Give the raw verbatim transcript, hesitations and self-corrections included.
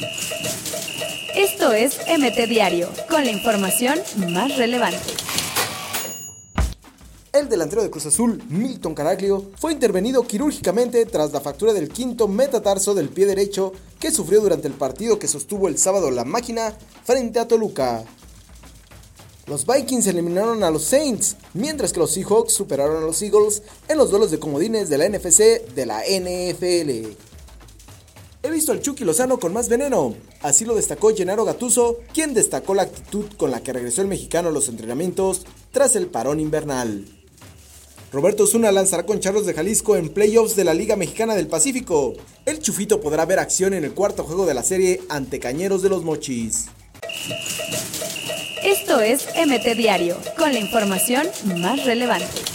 Esto es M T Diario, con la información más relevante. El delantero de Cruz Azul, Milton Caraglio, fue intervenido quirúrgicamente tras la fractura del quinto metatarso del pie derecho que sufrió durante el partido que sostuvo el sábado la máquina frente a Toluca. Los Vikings eliminaron a los Saints, mientras que los Seahawks superaron a los Eagles en los duelos de comodines de la N F C de la N F L. He visto al Chucky Lozano con más veneno, así lo destacó Gennaro Gattuso, quien destacó la actitud con la que regresó el mexicano a los entrenamientos tras el parón invernal. Roberto Osuna lanzará con Charros de Jalisco en playoffs de la Liga Mexicana del Pacífico. El Chufito podrá ver acción en el cuarto juego de la serie ante Cañeros de los Mochis. Esto es M T Diario, con la información más relevante.